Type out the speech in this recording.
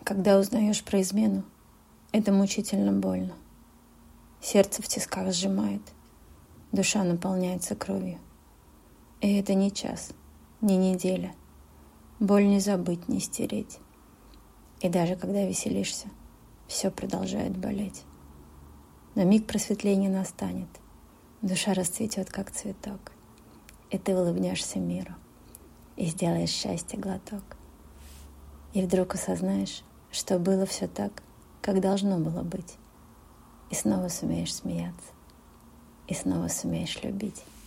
Когда узнаешь про измену, это мучительно больно. Сердце в тисках сжимает, душа наполняется кровью. И это не час, не неделя. Боль не забыть, не стереть. И даже когда веселишься, все продолжает болеть. Но миг просветления настанет, душа расцветет, как цветок, и ты улыбнешься миру и сделаешь счастье глоток. И вдруг осознаешь, что было все так, как должно было быть, и снова сумеешь смеяться, и снова сумеешь любить.